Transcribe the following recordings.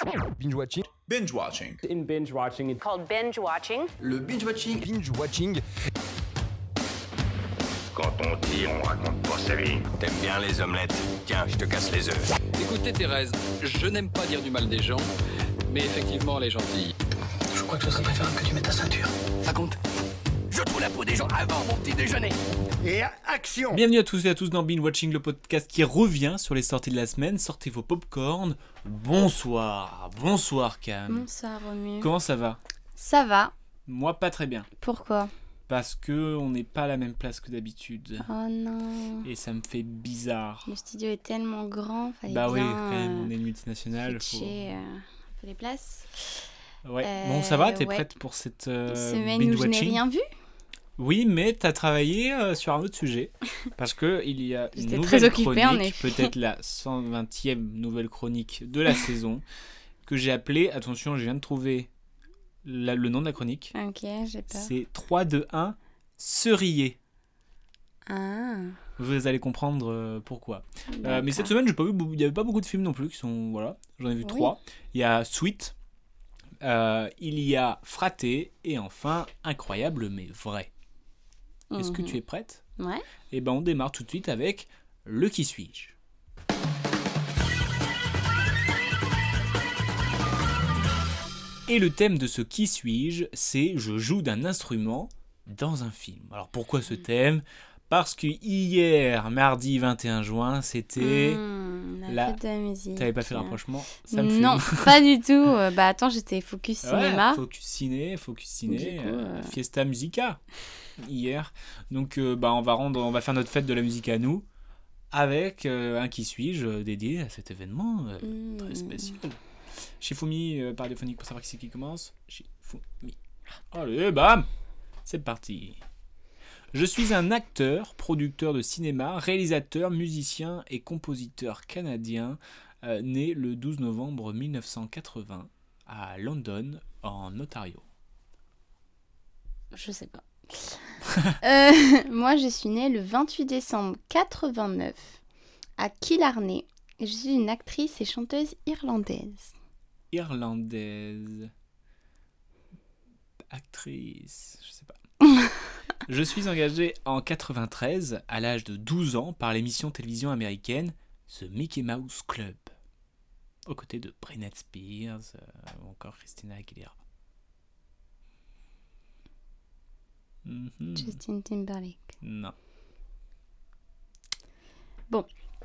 Binge watching. Binge watching. In binge watching, it's called binge watching. Le binge watching. Binge watching. Quand on tire, on raconte pas sa vie. T'aimes bien les omelettes? Tiens, je te casse les œufs. Écoutez Thérèse, je n'aime pas dire du mal des gens, mais effectivement elle est gentille. Je crois que ce serait préférable que tu mettes ta ceinture. Ça compte. Je trouve la peau des gens avant mon petit déjeuner. Et action! Bienvenue à tous et à tous dans Binge Watching, le podcast qui revient sur les sorties de la semaine. Sortez vos popcorn. Bonsoir Cam. Bonsoir Romu. Comment ça va? Ça va. Moi pas très bien. Pourquoi? Parce que on n'est pas à la même place que d'habitude. Oh non. Et ça me fait bizarre. Le studio est tellement grand, fallait bah bien... oui, quand même, on est une multinationale. Switcher un peu les places. Ouais. Bon, ça va, t'es ouais. prête pour cette semaine binge où je n'ai watching? rien vu? Oui, mais t'as travaillé sur un autre sujet. Parce que il y a une J'étais nouvelle très occupée, en chronique, effet. peut-être la 120e nouvelle chronique de la saison, que j'ai appelée, attention, je viens de trouver le nom de la chronique. Ok, j'ai peur. C'est 3, 2, 1, Serier. Ah. Vous allez comprendre pourquoi. Mais D'accord. cette semaine, il n'y avait pas beaucoup de films non plus qui sont... Voilà, j'en ai vu 3. Il y a Sweet, il y a Fraté, et enfin, Incroyable mais vrai. Est-ce que tu es prête? Ouais. Et ben on démarre tout de suite avec le Qui suis-je. Et le thème de ce Qui suis-je, c'est je joue d'un instrument dans un film. Alors pourquoi ce thème? Parce que hier, mardi 21 juin, c'était... la fête de la musique. T'avais pas fait le rapprochement? Ça me fait Non, pas du tout. Bah attends, j'étais focus cinéma. Ouais, focus ciné, Du coup, Fiesta Musica hier. Donc on va faire notre fête de la musique à nous avec un Qui suis-je dédié à cet événement très spécial. Shifumi par radiophonique pour savoir qui c'est qui commence. Shifumi. Allez, bam! C'est parti. Je suis un acteur, producteur de cinéma, réalisateur, musicien et compositeur canadien, né le 12 novembre 1980 à London, en Ontario. Je sais pas. Moi, je suis née le 28 décembre 89 à Killarney. Et je suis une actrice et chanteuse irlandaise. Irlandaise. Actrice, je sais pas. Je suis engagé en 93, à l'âge de 12 ans, par l'émission télévision américaine The Mickey Mouse Club, aux côtés de Britney Spears ou encore Christina Aguilera. Justin Timberlake. Non. Bon.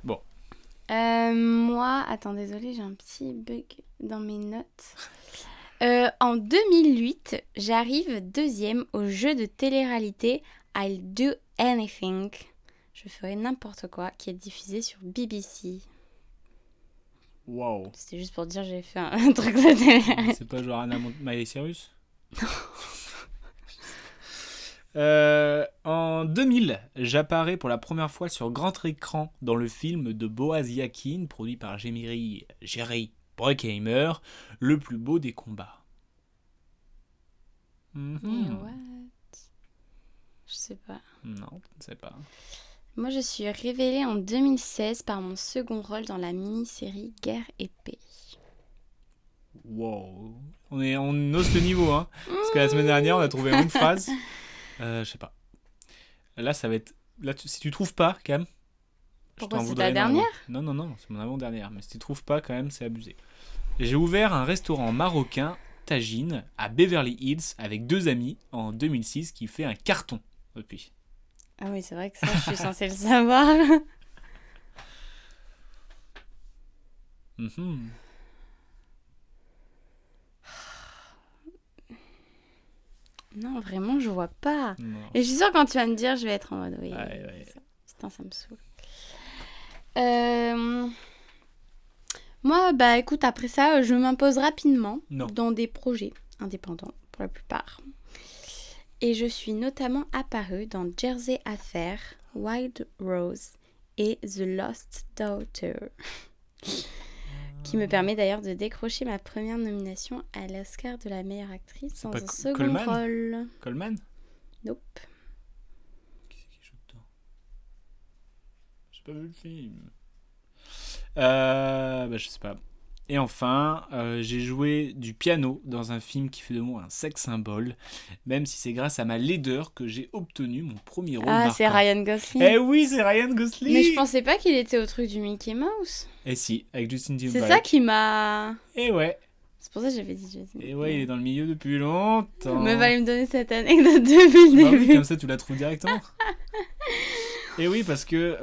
Moi, attends, désolée, j'ai un petit bug dans mes notes. En 2008, j'arrive deuxième au jeu de télé-réalité I'll Do Anything. Je ferai n'importe quoi, qui est diffusé sur BBC. Wow. C'était juste pour dire que j'ai fait un truc de télé. C'est pas genre Anna Miley Cyrus? En 2000, j'apparais pour la première fois sur grand écran dans le film de Boaz Yakin, produit par Jerry Bruckheimer, Le plus beau des combats. What? Je sais pas. Non, je ne sais pas. Moi, je suis révélée en 2016 par mon second rôle dans la mini-série Guerre et Paix. Wow. On ose le niveau, hein. Parce que la semaine dernière, on a trouvé une phrase. Je sais pas. Là, ça va être... Là, si tu trouves pas, Cam... Pourquoi c'est ta dernière? Non, c'est mon avant-dernière. Mais si tu trouves pas, quand même, c'est abusé. J'ai ouvert un restaurant marocain, Tagine, à Beverly Hills, avec 2 amis, en 2006, qui fait un carton depuis. Ah oui, c'est vrai que ça, je suis censée le savoir. Non, vraiment, je vois pas. Non. Et je suis sûre, quand tu vas me dire, je vais être en mode... Oui, Ouais. Putain, ça me saoule. Moi, bah écoute, après ça, je m'impose rapidement dans des projets indépendants, pour la plupart. Et je suis notamment apparue dans Jersey Affair, Wild Rose et The Lost Daughter. Qui me permet d'ailleurs de décrocher ma première nomination à l'Oscar de la meilleure actrice dans un second rôle. Coleman? Nope. Qui c'est qui joue dedans? J'ai pas vu le film. Je sais pas. Et enfin, j'ai joué du piano dans un film qui fait de moi un sex symbole, même si c'est grâce à ma laideur que j'ai obtenu mon premier rôle marquant. C'est Ryan Gosling. Eh oui, c'est Ryan Gosling. Mais je pensais pas qu'il était au truc du Mickey Mouse. Et si, avec Justin Timberlake. C'est ça qui m'a... Et ouais. C'est pour ça que j'avais dit Justin. Et ouais, il est dans le milieu depuis longtemps. Me fallait me donner cette anecdote depuis le Bah oui, début. comme ça tu la trouves directement. Et oui, parce que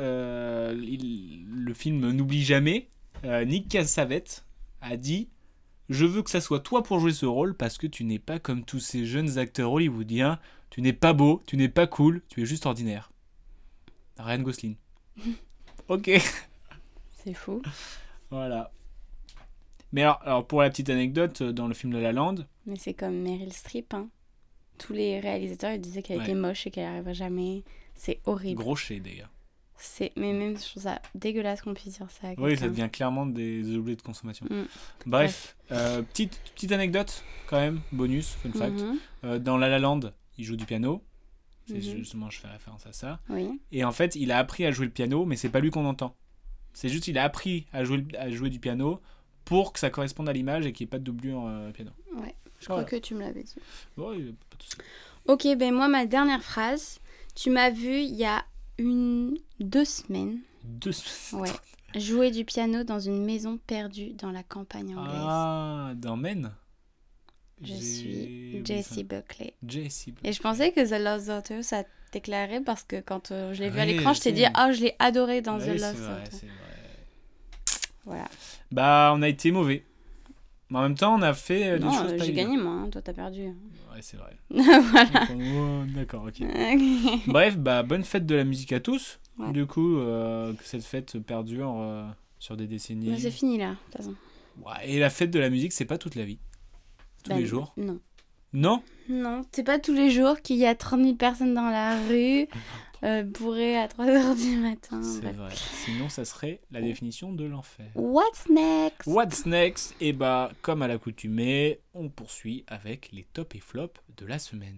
le film N'oublie jamais, Nick Cassavetes a dit « Je veux que ça soit toi pour jouer ce rôle parce que tu n'es pas comme tous ces jeunes acteurs hollywoodiens. Tu n'es pas beau, tu n'es pas cool, tu es juste ordinaire. » Ryan Gosling. Ok. C'est fou. Voilà. Mais alors, pour la petite anecdote, dans le film La La Land... Mais c'est comme Meryl Streep, hein. Tous les réalisateurs ils disaient qu'elle était moche et qu'elle n'arriverait jamais. C'est horrible. Gros shade, d'ailleurs. Mais même, je trouve ça dégueulasse qu'on puisse dire ça à quelqu'un. Oui, ça devient clairement des objets de consommation. Bref, petite anecdote, quand même, bonus, fun fact. Dans La La Land, il joue du piano. C'est justement, je fais référence à ça. Oui. Et en fait, il a appris à jouer le piano, mais c'est pas lui qu'on entend. C'est juste il a appris à jouer du piano pour que ça corresponde à l'image et qu'il n'y ait pas de doublure piano. Ouais, je crois que tu me l'avais dit. Ouais, pas de souci. Ok, ben moi, ma dernière phrase, tu m'as vu il y a 2 semaines. 2 semaines. Ouais. Jouer du piano dans une maison perdue dans la campagne anglaise. Ah, dans Maine. Je suis Jessie Buckley. Jessie Buckley. Et je pensais que The Lost Daughter, ça t'éclairait parce que quand je l'ai vu à Oui, l'écran, je t'ai dit « Ah, je l'ai adoré dans oui, The Lost c'est vrai, Daughter. » c'est vrai. Voilà. Bah, on a été mauvais. Mais en même temps, on a fait des choses pas j'ai évidentes. gagné moi, hein. Toi t'as perdu. Ouais, c'est vrai. Voilà. Oh, d'accord, ok. Ok. Bref, bah, bonne fête de la musique à tous. Ouais. Du coup, que cette fête perdure sur des décennies. Mais c'est fini là, de toute façon. Ouais, et la fête de la musique, c'est pas toute la vie. Tous les jours. Non. Non. Non, c'est pas tous les jours qu'il y a 30 000 personnes dans la rue, bourrées à 3h du matin. C'est vrai. Sinon, ça serait la définition de l'enfer. What's next? What's next? Et bah, comme à l'accoutumée, on poursuit avec les tops et flops de la semaine.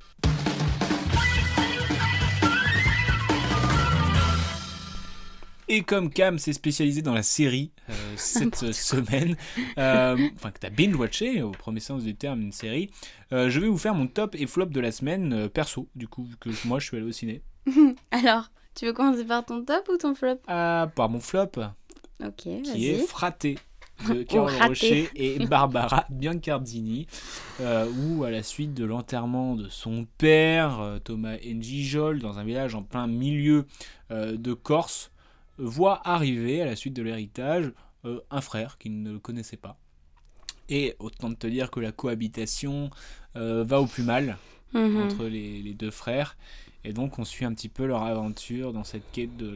Et comme Cam s'est spécialisé dans la série cette semaine, enfin que t'as binge-watché, au premier sens du terme, une série, je vais vous faire mon top et flop de la semaine perso, du coup, vu que moi je suis allé au ciné. Alors, tu veux commencer par ton top ou ton flop? Par mon flop, Ok, qui vas-y. est Fraté, de Carole Rocher et Barbara Biancardini, où à la suite de l'enterrement de son père, Thomas N'Gijol, dans un village en plein milieu de Corse, voit arriver à la suite de l'héritage un frère qu'il ne connaissait pas. Et autant te dire que la cohabitation va au plus mal entre les deux frères. Et donc on suit un petit peu leur aventure dans cette quête de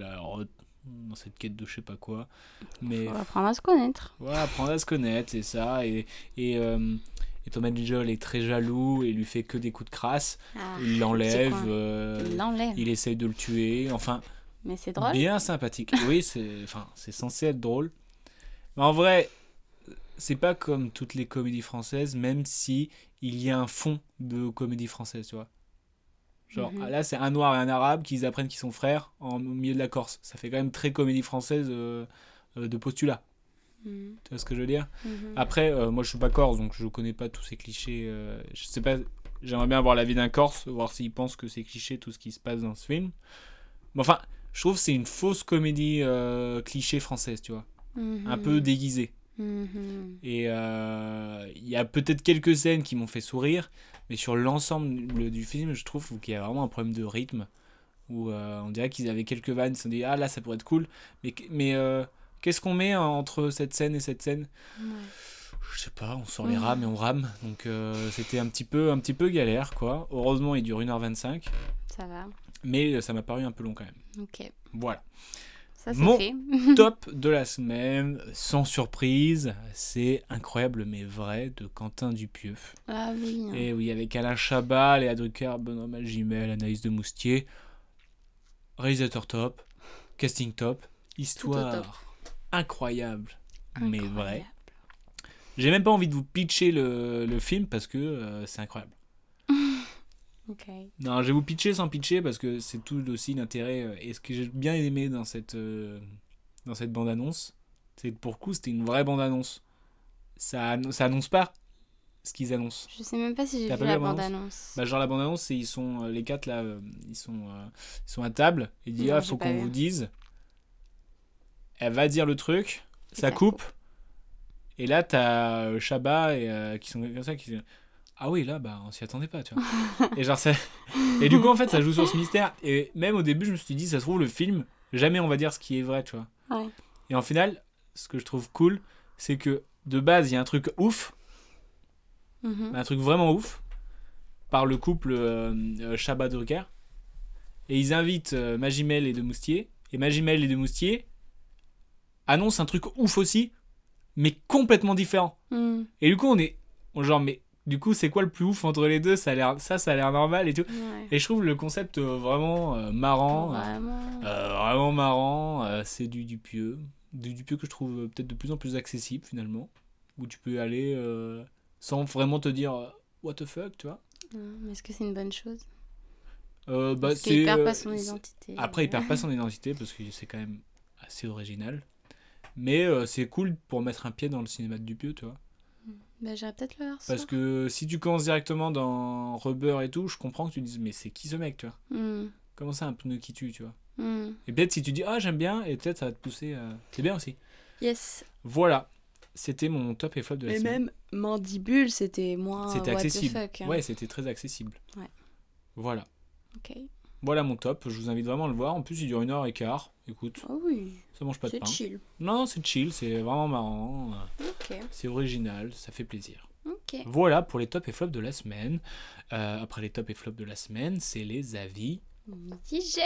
je sais pas quoi. Mais On va apprendre à se connaître. voilà, apprendre à se connaître, c'est ça. Et Thomas N'Gijol est très jaloux et lui fait que des coups de crasse. Il l'enlève, Il l'enlève. il essaye de le tuer. Enfin, Mais c'est drôle. bien sympathique. Oui, c'est censé être drôle. Mais en vrai, c'est pas comme toutes les comédies françaises, même si il y a un fond de comédie française, tu vois. Genre, là, c'est un noir et un arabe qui apprennent qu'ils sont frères au milieu de la Corse. Ça fait quand même très comédie française de postulat. Tu vois ce que je veux dire? Après, moi, je suis pas corse, donc je connais pas tous ces clichés. Je sais pas, j'aimerais bien avoir l'avis d'un corse, voir s'il pense que c'est cliché tout ce qui se passe dans ce film. Mais enfin, je trouve que c'est une fausse comédie cliché française, tu vois. Un peu déguisée. Et il y a peut-être quelques scènes qui m'ont fait sourire, mais sur l'ensemble du film, je trouve qu'il y a vraiment un problème de rythme, où on dirait qu'ils avaient quelques vannes, ils se sont dit, ah là ça pourrait être cool, mais qu'est-ce qu'on met entre cette scène et cette scène? Je sais pas, on sort les rames et on rame, donc c'était un petit peu galère, quoi. Heureusement il dure 1h25. Ça va. Mais ça m'a paru un peu long quand même. Ok. Voilà. Ça c'est Mon fait. top de la semaine, sans surprise, c'est Incroyable mais vrai de Quentin Dupieux. Ah oui. Et oui, avec Alain Chabat, Léa Drucker, Benoît Magimel, Anaïs de Moustier. Réalisateur top, casting top, histoire top. incroyable mais vrai. J'ai même pas envie de vous pitcher le film parce que c'est incroyable. Ok. Non, je vais vous pitcher sans pitcher parce que c'est tout aussi l'intérêt. Et ce que j'ai bien aimé dans cette bande-annonce, c'est que pour le coup, c'était une vraie bande-annonce. ça annonce pas ce qu'ils annoncent. Je sais même pas si j'ai T'as vu pas vu la la bande-annonce bande-annonce. Bah, genre la bande-annonce, c'est ils sont les 4 là, ils sont à table. Il dit Non, faut j'ai pas qu'on vu. vous dise. Elle va dire le truc, Et ça ça coupe. Et là t'as Chabat et qui sont comme ça qui disent ah oui là bah on s'y attendait pas tu vois. Et genre ça et du coup en fait ça joue sur ce mystère et même au début je me suis dit ça se trouve le film jamais on va dire ce qui est vrai tu vois. Ouais. Et en final ce que je trouve cool c'est que de base il y a un truc ouf. Mhm. Un truc vraiment ouf par le couple Chabat Drucker et ils invitent Magimel et Demoustier et Magimel et Demoustier annoncent un truc ouf aussi mais complètement différent et du coup on genre mais du coup c'est quoi le plus ouf entre les deux ça a l'air normal et tout Ouais. et je trouve le concept vraiment marrant Vraiment. vraiment marrant c'est du Dupieux que je trouve peut-être de plus en plus accessible finalement où tu peux aller sans vraiment te dire what the fuck tu vois. Mais est-ce que c'est une bonne chose? Bah, Parce qu'il perd pas son identité. Après il perd pas son identité parce que c'est quand même assez original mais c'est cool pour mettre un pied dans le cinéma de Dupieux tu vois. Bah, j'irai peut-être le voir. Parce que si tu commences directement dans Rubber et tout je comprends que tu dises mais c'est qui ce mec tu vois. Comment ça un pneu qui tue tu vois. Et peut-être si tu dis ah j'aime bien et peut-être ça va te pousser c'est bien aussi. Yes. Voilà c'était mon top et flop de la Et semaine. même Mandibule, c'était moins. C'était what accessible. the fuck, hein. Ouais, c'était très accessible. Ouais. Voilà. Ok. Voilà mon top. Je vous invite vraiment à le voir. En plus, il dure 1h15. Écoute, Oh oui. ça mange pas de C'est pain. chill. Non, c'est chill. C'est vraiment marrant. Ok. C'est original. Ça fait plaisir. Ok. Voilà pour les tops et flops de la semaine. Après les tops et flops de la semaine, c'est les avis. Mitigé.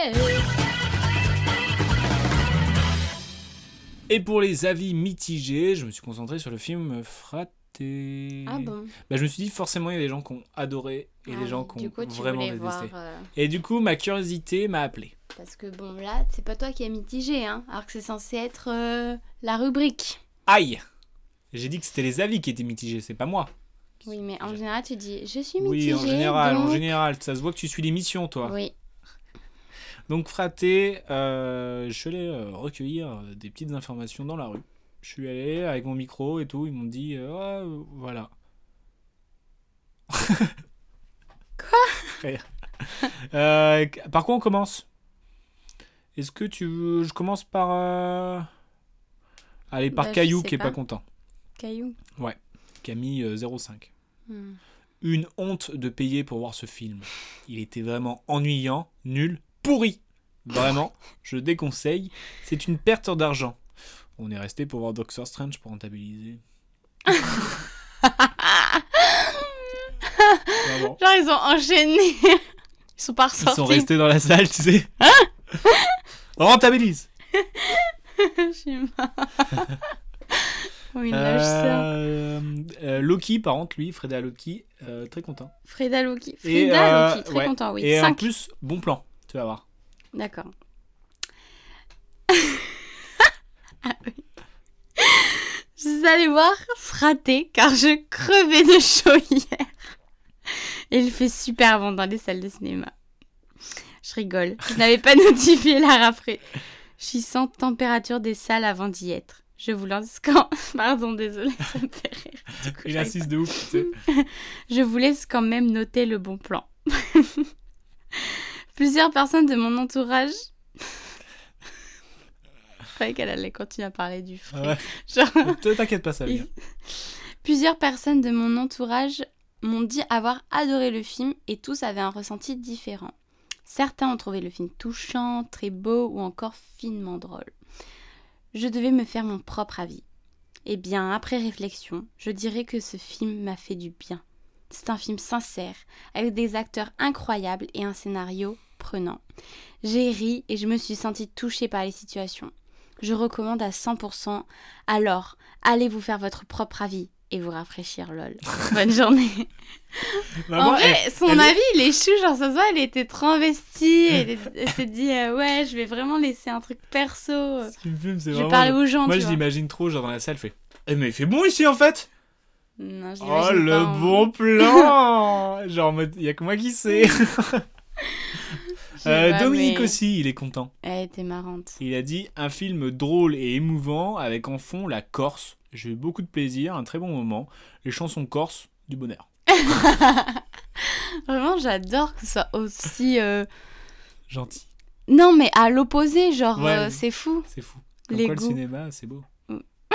Et pour les avis mitigés, je me suis concentré sur le film Fraté. Ah bon. Bah, je me suis dit forcément il y a des gens qui ont adoré et Ah des gens oui, qui du ont coup, tu vraiment voulais détesté. voir, Et du coup, ma curiosité m'a appelé. Parce que bon, là, c'est pas toi qui as mitigé, hein. Alors que c'est censé être la rubrique. Aïe! J'ai dit que c'était les avis qui étaient mitigés, c'est pas moi. Oui, mais en général, tu dis je suis Oui, mitigée. en donc... général, ça se voit que tu suis l'émission, toi. Oui. Donc, Fraté, je suis allé recueillir des petites informations dans la rue. Je suis allé avec mon micro et tout, ils m'ont dit, voilà. Quoi? Par quoi on commence? Est-ce que tu veux... Je commence par... Allez, par Bah, je Caillou sais qui est pas pas. content. Caillou. Ouais, qui a mis 0,5. Hmm. Une honte de payer pour voir ce film. Il était vraiment ennuyant, nul, pourri. Vraiment, je déconseille. C'est une perte d'argent. On est resté pour voir Doctor Strange pour rentabiliser. Vraiment. Genre, ils ont enchaîné. Ils sont pas Ils ressortis. sont restés dans la salle, tu sais. On rentabilise. Je suis marre. Oui, il lâche ça. Loki, par contre, lui, Freda Loki, très content. Frida Loki. Et, Frida Loki, très ouais. content, oui. Et en 5. plus, bon plan, tu vas voir. D'accord. Ah oui. Je suis allée voir Fraté car je crevais de chaud hier. Et il fait super bon dans les salles de cinéma. Je rigole. Je n'avais pas notifié la rafraîchissante température des salles avant d'y être. Je vous laisse quand... Pardon, désolée, ça me fait rire. Du coup, Il j'arrive insiste de ouf, tu sais. Je vous laisse quand même noter le bon plan. Plusieurs personnes de mon entourage... Je croyais qu'elle allait continuer à parler du frais. Ouais. Genre... T'inquiète pas, ça vient. Plusieurs personnes de mon entourage m'ont dit avoir adoré le film et tous avaient un ressenti différent. Certains ont trouvé le film touchant, très beau ou encore finement drôle. Je devais me faire mon propre avis. Eh bien, après réflexion, je dirais que ce film m'a fait du bien. C'est un film sincère, avec des acteurs incroyables et un scénario prenant. J'ai ri et je me suis sentie touchée par les situations. Je recommande à 100%. Alors, allez vous faire votre propre avis et vous rafraîchir, lol. Bonne journée. Bah, En moi, vrai, son avis, il est chou. Genre, ça se voit, elle était trop investie. Elle s'est dit, ouais, je vais vraiment laisser un truc perso. Ce qui me fume, c'est Je vais vraiment... parler aux gens, Moi, tu je vois. l'imagine trop, genre dans la salle, fait... Eh, mais il fait bon ici, en fait. Non, je Oh, l'imagine le pas, hein. bon plan. Genre, en mode, il y a que moi qui sais. Je sais pas, Dominique mais aussi, il est content. Elle était marrante. Il a dit un film drôle et émouvant avec en fond la Corse. J'ai eu beaucoup de plaisir, un très bon moment. Les chansons corses, du bonheur. Vraiment, j'adore que ce soit aussi... Gentil. Non, mais à l'opposé, genre, Ouais. c'est fou. C'est fou. Comme Les quoi, goûts. le cinéma, c'est beau. Mm.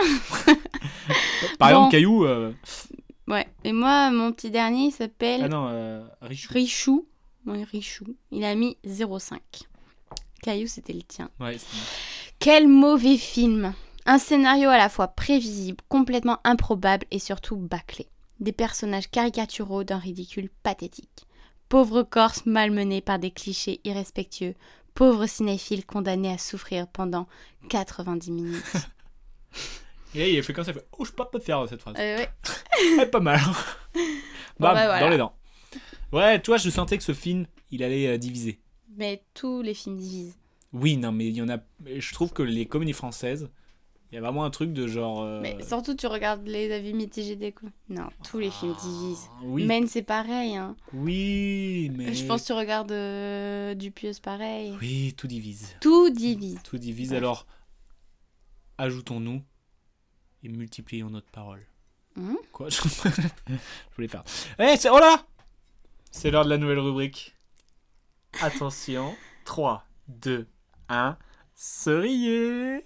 Par Bon. exemple, Caillou... Ouais, et moi, mon petit dernier, il s'appelle Ah non, Richou. Richou. Ouais, Richou. Il a mis 0,5. Caillou, c'était le tien. Ouais, c'est... Quel mauvais film. Un scénario à la fois prévisible, complètement improbable et surtout bâclé. Des personnages caricaturaux d'un ridicule pathétique. Pauvre Corse malmené par des clichés irrespectueux. Pauvre cinéphile condamné à souffrir pendant 90 minutes. Et là, il a fait comme ça, il fait « Oh, je peux pas te faire cette phrase. Ouais. » Ouais, pas mal. Bam, bah, voilà. dans les dents. Ouais, toi, je sentais que ce film, il allait diviser. Mais tous les films divisent. Oui, non, mais il y en a... Je trouve que les comédies françaises, il y a vraiment un truc de genre... Mais surtout, tu regardes les avis mitigés des coups. Non, tous les films divisent. Oui, Men, c'est pareil. Hein. oui, mais... Je pense que tu regardes Dupieux, c'est pareil. Oui, tout divise. Tout divise. Tout divise, Ouais. alors ajoutons-nous et multiplions notre parole. Mhm. Quoi je voulais faire... c'est... Oh là c'est l'heure de la nouvelle rubrique. Attention, 3, 2, 1, Cerillé.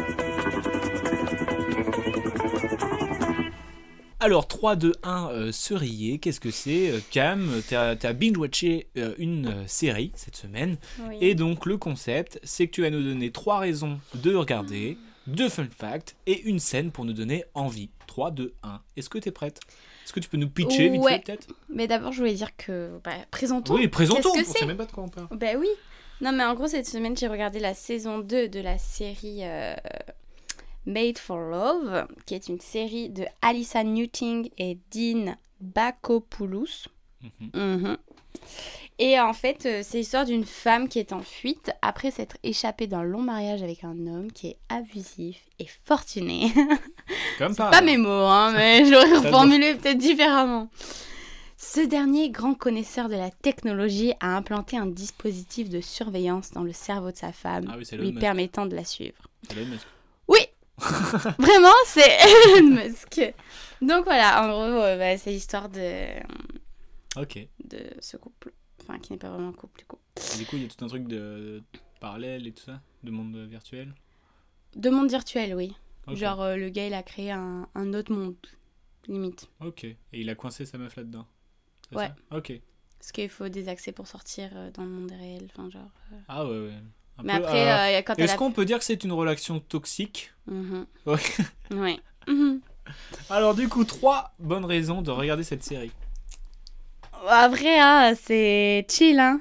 Alors, 3, 2, 1, Cerillé, qu'est-ce que c'est Cam, t'as binge-watché une série cette semaine. Oui. Et donc, le concept, c'est que tu vas nous donner 3 raisons de regarder, 2 fun facts et une scène pour nous donner envie. 3, 2, 1. Est-ce que t'es prête ? Est-ce que tu peux nous pitcher vite Ouais. fait, peut-être ? Mais d'abord, je voulais dire que... présentons. Oui, présentons. Qu'est-ce que On c'est sait même pas de quoi on parle. Ben oui. Non, mais en gros, cette semaine, j'ai regardé la saison 2 de la série Made for Love, qui est une série de Alyssa Newting et Dean Bakopoulos. Mhm. Et en fait, c'est l'histoire d'une femme qui est en fuite après s'être échappée d'un long mariage avec un homme qui est abusif et fortuné. Comme par Pas hasard. mes mots, hein, mais j'aurais Ça reformulé peut-être différemment. Ce dernier, grand connaisseur de la technologie, a implanté un dispositif de surveillance dans le cerveau de sa femme, Ah oui, c'est Elon lui Musk. permettant de la suivre. Elon Musk. Oui. Vraiment, c'est Elon Musk. Donc voilà, en gros, c'est l'histoire Ok. de ce couple. Enfin, qui n'est pas vraiment un couple, du coup. Et du coup, il y a tout un truc de parallèle et tout ça, de monde virtuel. De monde virtuel, oui. Ok. Genre, le gars, il a créé un autre monde, limite. Ok. Et il a coincé sa meuf là-dedans. C'est Ouais. ça Ok. Parce qu'il faut des accès pour sortir dans le monde réel. Enfin, genre... Ah ouais, ouais. Un Mais peu, après, quand elle est-ce a... qu'on peut dire que c'est une relation toxique ? Mhm. Ouais. Ouais. Mhm. Alors du coup, 3 bonnes raisons de regarder cette série. Après, hein, c'est chill, hein.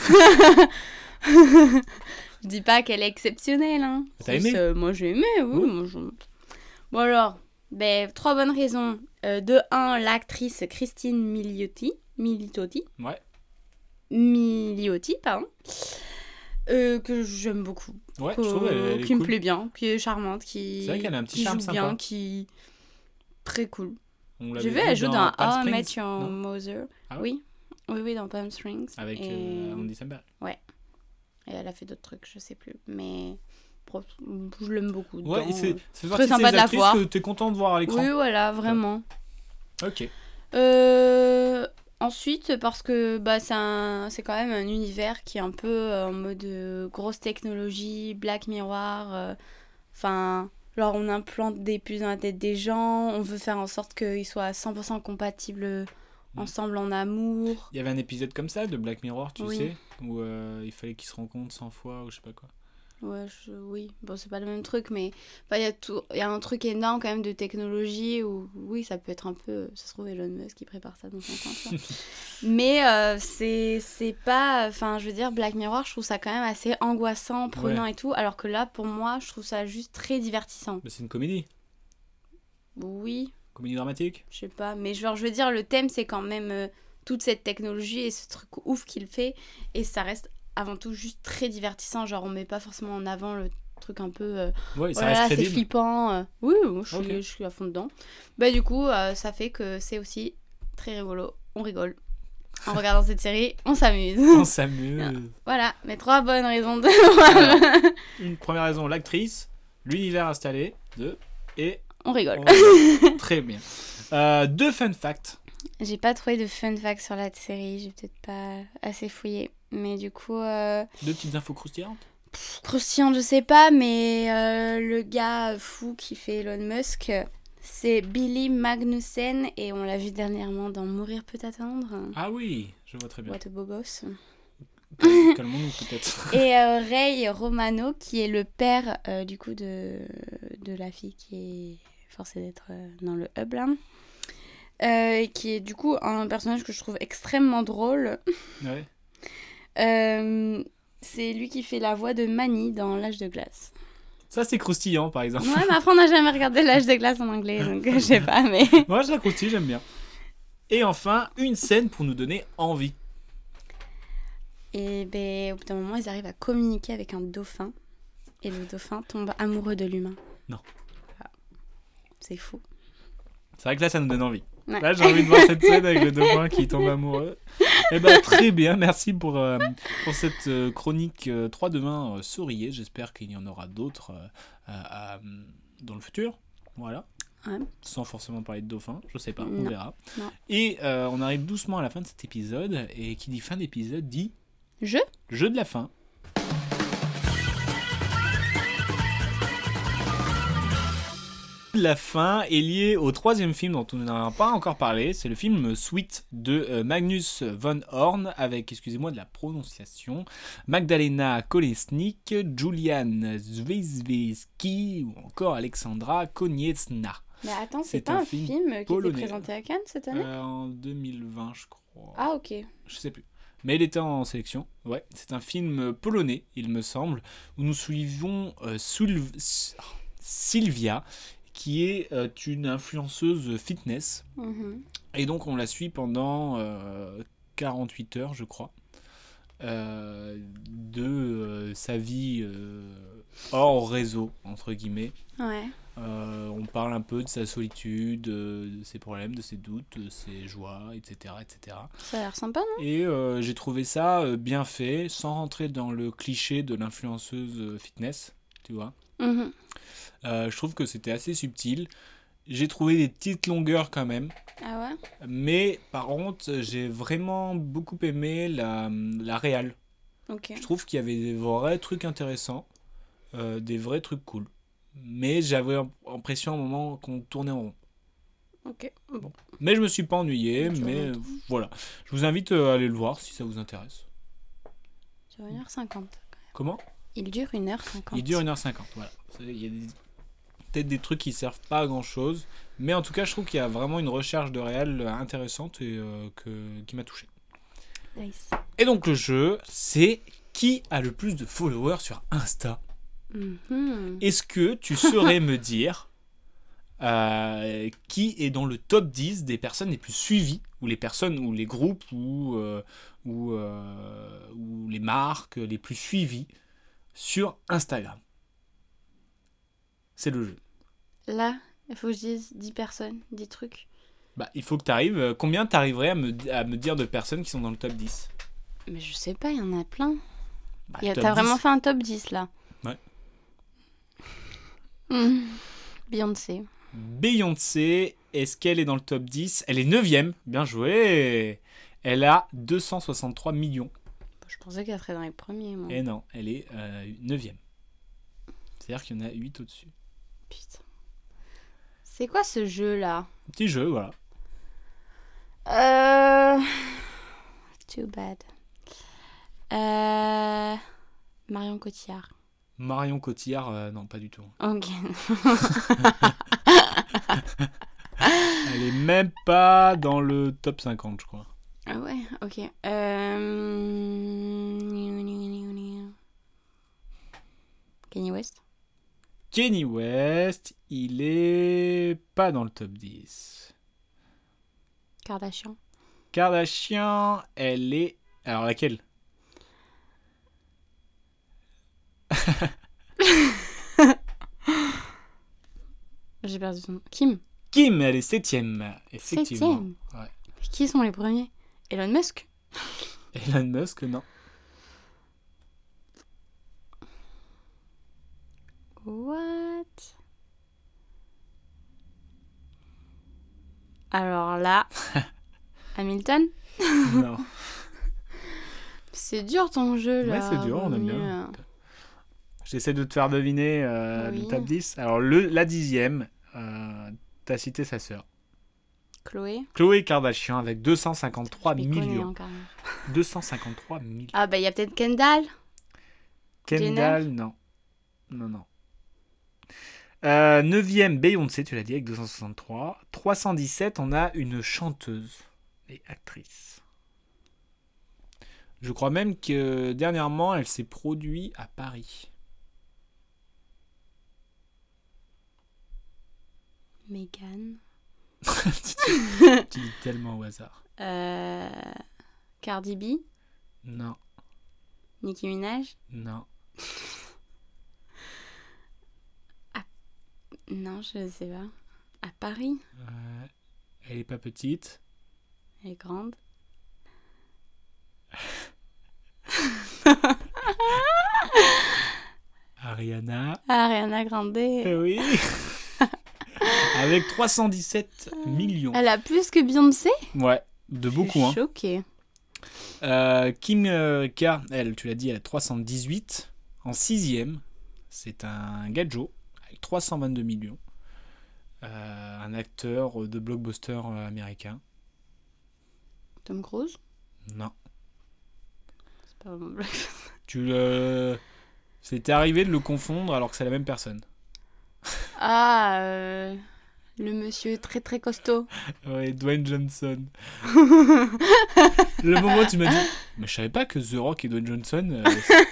Je dis pas qu'elle est exceptionnelle, hein. T'as aimé ? Moi, j'ai aimé, oui. Ouais. Moi, Bon alors, 3 bonnes raisons. De 1, l'actrice Christine Milioti, Ouais. pardon. Que j'aime beaucoup. Ouais, je trouve elle est qui me cool. plaît bien, qui est charmante, qui... C'est vrai qu'elle a un petit qui charme joue sympa. bien, qui... Très cool. On J'ai l'avait vu, elle joue dans Palm How I Met Springs, Your non Mother. Ah ouais Oui, dans Palm Springs. Avec et... Andy Samberg. et elle a fait d'autres trucs, je sais plus. Mais je l'aime beaucoup. Ouais, dedans. et c'est Très partie de sympa ces de la actrices voir. que t'es content de voir à l'écran. Oui, voilà, vraiment. Ok. Ensuite, parce que c'est quand même un univers qui est un peu en mode grosse technologie, Black Mirror. Enfin, genre on implante des puces dans la tête des gens, on veut faire en sorte qu'ils soient à 100% compatibles ensemble en amour. Il y avait un épisode comme ça de Black Mirror, tu Oui. sais, où il fallait qu'ils se rencontrent 100 fois ou je sais pas quoi. Ouais, oui. Bon, c'est pas le même truc, mais il y a un truc énorme quand même de technologie où, oui, ça peut être un peu... Ça se trouve, Elon Musk qui prépare ça dans son coin. tu vois. Mais c'est pas... Enfin, je veux dire, Black Mirror, je trouve ça quand même assez angoissant, prenant et tout, alors que là, pour moi, je trouve ça juste très divertissant. Mais c'est une comédie. Oui, Comédie dramatique. je sais pas. Mais genre, je veux dire, le thème, c'est quand même toute cette technologie et ce truc ouf qu'il fait. Et ça reste avant tout juste très divertissant. Genre, on met pas forcément en avant le truc un peu... Ouais, ça oh là reste là, c'est crédible. flippant. Oui, moi, Ok. je suis à fond dedans. Du coup, ça fait que c'est aussi très rigolo. On rigole. En regardant cette série, on s'amuse. On s'amuse. Voilà, mes 3 bonnes raisons de... Une première raison, l'actrice, l'univers installé, 2, et on rigole. Très bien. 2 fun facts. J'ai pas trouvé de fun fact sur la série, j'ai peut-être pas assez fouillé. Mais du coup, 2 petites infos croustillantes. croustillant, je sais pas, mais le gars fou qui fait Elon Musk, c'est Billy Magnussen et on l'a vu dernièrement dans Mourir peut attendre. Ah oui, je vois très bien. What a beau gosse. Calmons-nous peut-être. Et Ray Romano qui est le père du coup de la fille qui est forcée d'être dans le hub là. Qui est du coup un personnage que je trouve extrêmement drôle. Ouais. C'est lui qui fait la voix de Manny dans L'Âge de glace. Ça, c'est croustillant, par exemple. Ouais, mais après, on n'a jamais regardé L'Âge de glace en anglais, donc je sais pas, mais... Moi, je la croustille, j'aime bien. Et enfin, une scène pour nous donner envie. Et ben, au bout d'un moment, ils arrivent à communiquer avec un dauphin. Et le dauphin tombe amoureux de l'humain. Non. Ah. C'est fou. C'est vrai que là, ça nous donne envie. Ouais. Là, j'ai envie de voir cette scène avec le dauphin qui tombe amoureux. Eh ben, très bien, merci pour cette chronique 3 demain souriez. J'espère qu'il y en aura d'autres dans le futur. Voilà. Ouais. Sans forcément parler de dauphin, je sais pas, on Non. verra. Non. Et on arrive doucement à la fin de cet épisode. Et qui dit fin d'épisode dit Jeu jeu de la fin. La fin est liée au 3e film dont on n'a pas encore parlé, c'est le film Sweet de Magnus von Horn avec, excusez-moi de la prononciation, Magdalena Kolesnik, Julian Zvezveski ou encore Alexandra Konieczna. Mais attends, C'est c'est pas un un film film qui polonais. était présenté à Cannes cette année En 2020, je crois. Ah, ok. Je sais plus. Mais il était en sélection. Ouais, c'est un film polonais, il me semble, où nous suivons Sylvia, qui est une influenceuse fitness. Mhm. Et donc on la suit pendant 48 heures, je crois, de sa vie hors réseau, entre guillemets. Ouais. On parle un peu de sa solitude, de ses problèmes, de ses doutes, de ses joies, etc. etc. Ça a l'air sympa, non? Et j'ai trouvé ça bien fait, sans rentrer dans le cliché de l'influenceuse fitness, tu vois. Mhm. Je trouve que c'était assez subtil. J'ai trouvé des petites longueurs quand même. Ah ouais? Mais par contre, j'ai vraiment beaucoup aimé la réal. Ok. Je trouve qu'il y avait des vrais trucs intéressants, des vrais trucs cool. Mais j'avais l'impression à un moment qu'on tournait en rond. Ok. Bon. Mais je me suis pas ennuyé, Tu mais remontes. voilà. Je vous invite à aller le voir si ça vous intéresse. Sur 1h50. Comment ? Il dure 1h50. Il dure 1h50, voilà. Il y a peut-être des trucs qui servent pas à grand chose, mais en tout cas je trouve qu'il y a vraiment une recherche de réel intéressante et qui m'a touché. Nice. Et donc le jeu, c'est qui a le plus de followers sur Insta ? Mhm. Est-ce que tu saurais me dire qui est dans le top 10 des personnes les plus suivies, ou les personnes, ou les groupes, ou les marques les plus suivies sur Instagram ? C'est le jeu. Là, il faut que je dise 10 personnes, 10 trucs. Bah, il faut que tu arrives. Combien tu arriverais à me dire de personnes qui sont dans le top 10 ? Mais je sais pas, il y en a plein. Bah, T'as top vraiment 10. fait un top 10 là. Ouais. Beyoncé. Beyoncé, est-ce qu'elle est dans le top 10 ? Elle est 9ème. Bien joué. Elle a 263 millions. Je pensais qu'elle serait dans les premiers, moi. Et non, elle est 9ème. C'est-à-dire qu'il y en a 8 au-dessus. Putain. C'est quoi ce jeu là? Petit jeu, voilà. Too bad. Marion Cotillard. Marion Cotillard, non, pas du tout. Ok. Elle est même pas dans le top 50, je crois. Ah ouais, ok. Kanye West. Kanye West, il est pas dans le top 10. Kardashian. Kardashian, elle est... Alors laquelle ? J'ai perdu son nom. Kim. Kim, elle est 7ème, effectivement. 7ème. Ouais. Qui sont les premiers? Elon Musk. Elon Musk, non. What? Alors là, Hamilton. Non. C'est dur ton jeu là. Ouais, c'est dur, on aime bien. J'essaie de te faire deviner Oui. le top 10. Alors, la 10e, t'as cité sa sœur. Chloé. Khloé Kardashian avec 253 Je m'y connais millions. encore. 253 millions. Ah bah il y a peut-être Kendall. Kendall, non. Non. 9e, Beyoncé, tu l'as dit, avec 263. 317, on a une chanteuse et actrice. Je crois même que dernièrement, elle s'est produite à Paris. Meghan. Tu dis tellement au hasard. Cardi B. Non, Nicki Minaj. non. Non, je sais pas. À Paris. Elle est pas petite. Elle est grande. Ariana. Ariana Grande. Oui. Avec 317 millions. Elle a plus que Beyoncé. Ouais, de beaucoup. Je suis choquée. Kim K, elle, tu l'as dit, elle a 318. En 6e, c'est un Gadjo avec 322 millions. Un acteur de blockbuster américain. Tom Cruise. Non. C'est pas mon blague. C'était arrivé de le confondre alors que c'est la même personne. Ah, le monsieur très très costaud. Ouais, Dwayne Johnson. Le moment où tu m'as dit, mais je savais pas que The Rock et Dwayne Johnson,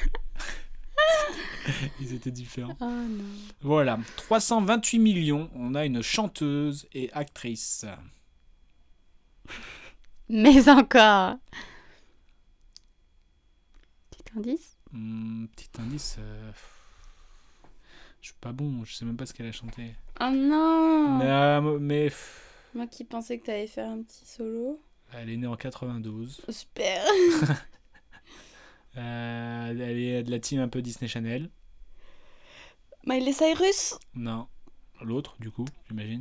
ils étaient différents. Oh non. Voilà, 328 millions, on a une chanteuse et actrice. Mais encore. Petit indice. Petit indice, je suis pas bon, je sais même pas ce qu'elle a chanté. Oh non. Mais Moi qui pensais que t'allais faire un petit solo. elle est née en 92. Super. Elle est de la team un peu Disney Channel. Miley Cyrus. Non, l'autre du coup, j'imagine.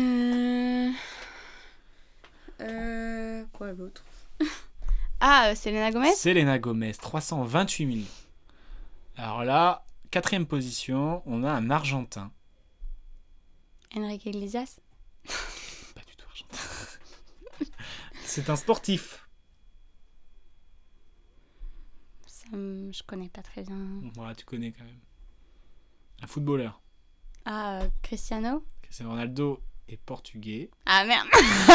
Quoi l'autre? Ah, Selena Gomez. Selena Gomez, 328 millions. Alors là, 4e position, on a un Argentin. Enrique Iglesias. Pas du tout argentin. C'est un sportif. Je connais pas très bien. Voilà, tu connais quand même. Un footballeur. Ah, Cristiano. Cristiano Ronaldo est portugais. Ah merde.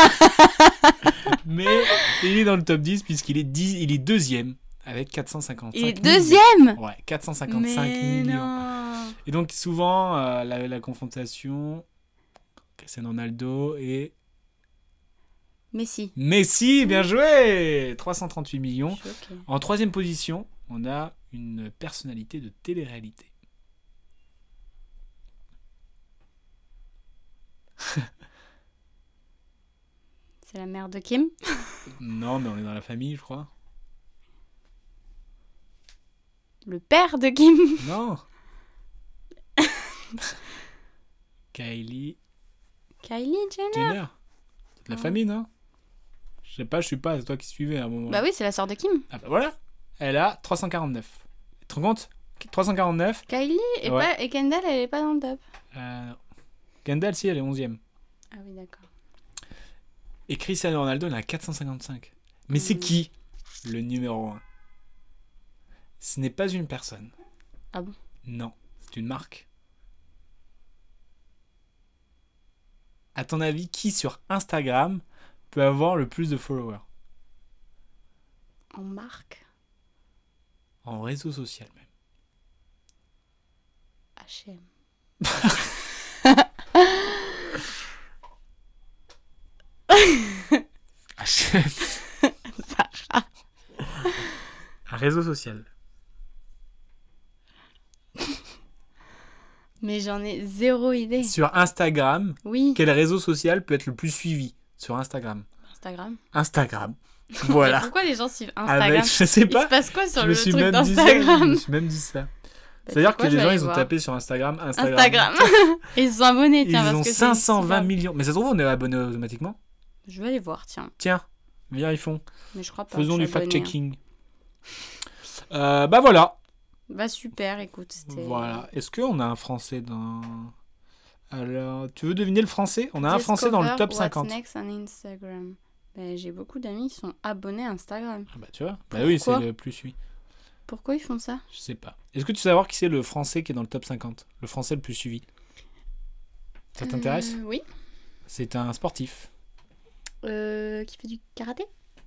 Mais il est dans le top 10 puisqu'il est, il est 2e avec 455 Il est millions. deuxième. Ouais, 455 Mais millions. non. Et donc souvent, la confrontation, Cristiano Ronaldo et Messi. Messi, bien joué, 338 millions. Je suis choquée. En 3e position, on a une personnalité de télé-réalité. C'est la mère de Kim. Non, mais on est dans la famille, je crois. Le père de Kim. Non. Kylie Kylie Jenner. Jenner. C'est de la famille, non? Je sais pas, je suis pas, c'est toi qui suivais à un moment. Bah oui, c'est la sœur de Kim. Ah bah voilà. Elle a 349. Tu te rends compte? 349. Kylie et, Ouais. et Kendall, elle est pas dans le top. Kendall, si, elle est 11e. Ah oui, d'accord. Et Cristiano Ronaldo, il en a 455. Mais c'est qui le numéro 1? Ce n'est pas une personne. Ah bon? Non, c'est une marque. À ton avis, qui sur Instagram peut avoir le plus de followers? En marque. En réseau social même. H&M. Un réseau social. Mais j'en ai zéro idée. Sur Instagram, Oui. quel réseau social peut être le plus suivi sur Instagram? Instagram. Instagram. Mais Voilà. pourquoi les gens suivent Instagram? Avec, je sais Il pas. se passe quoi sur Je le me suis truc même dit ça. Je d'Instagram? me suis même dit ça. Bah, C'est-à-dire c'est quoi, que je les vais gens, aller ils ont voir. tapé sur Instagram. Instagram. Et ils se sont abonnés, Ils tiens, ont parce que c'est 520 super. millions. Mais ça se trouve, on est abonné automatiquement. Je vais aller voir, tiens. Tiens, vérifions. Mais je crois pas. Faisons je du suis abonnée, fact-checking. Bah voilà. Bah super, écoute, c'était... Voilà. Est-ce qu'on a un français dans... Alors, tu veux deviner le français? On a un français dans le top 50. What's next on Instagram? Bah, j'ai beaucoup d'amis qui sont abonnés à Instagram. Ah bah tu vois. Bah oui, c'est Pourquoi le plus suivi. Pourquoi ils font ça? Je sais pas. Est-ce que tu sais savoir qui c'est le français qui est dans le top 50? Le français le plus suivi? Ça t'intéresse? Oui. C'est un sportif. Qui fait du karaté?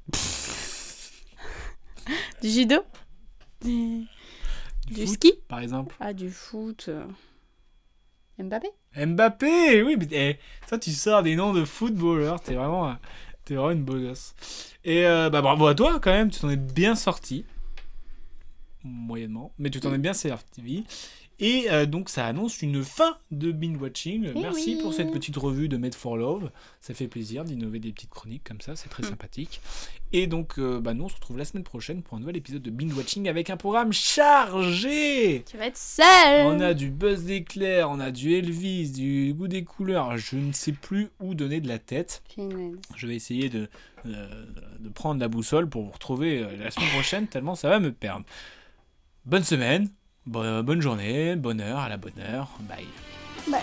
Du judo? Du foot, ski? par exemple. Ah, du foot. Mbappé? Mbappé, oui, mais toi tu sors des noms de footballeurs, t'es vraiment une beau gosse. Et bah bravo à toi quand même, tu t'en es bien sorti. Moyennement, mais tu t'en es bien servi. Et donc ça annonce une fin de binge watching. Merci pour cette petite revue de Made for Love. Ça fait plaisir d'innover des petites chroniques comme ça, c'est très sympathique. Et donc nous on se retrouve la semaine prochaine pour un nouvel épisode de binge watching avec un programme chargé. Tu vas être seul. On a du Buzz d'éclair, on a du Elvis, du goût des couleurs. Je ne sais plus où donner de la tête. Finesse. Je vais essayer de prendre la boussole pour vous retrouver la semaine prochaine tellement ça va me perdre. Bonne semaine. Bonne journée, bonne heure, à la bonne heure. Bye. Bye.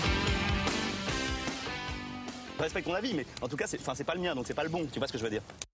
Je respecte ton avis, mais en tout cas, c'est pas le mien, donc c'est pas le bon. Tu vois ce que je veux dire?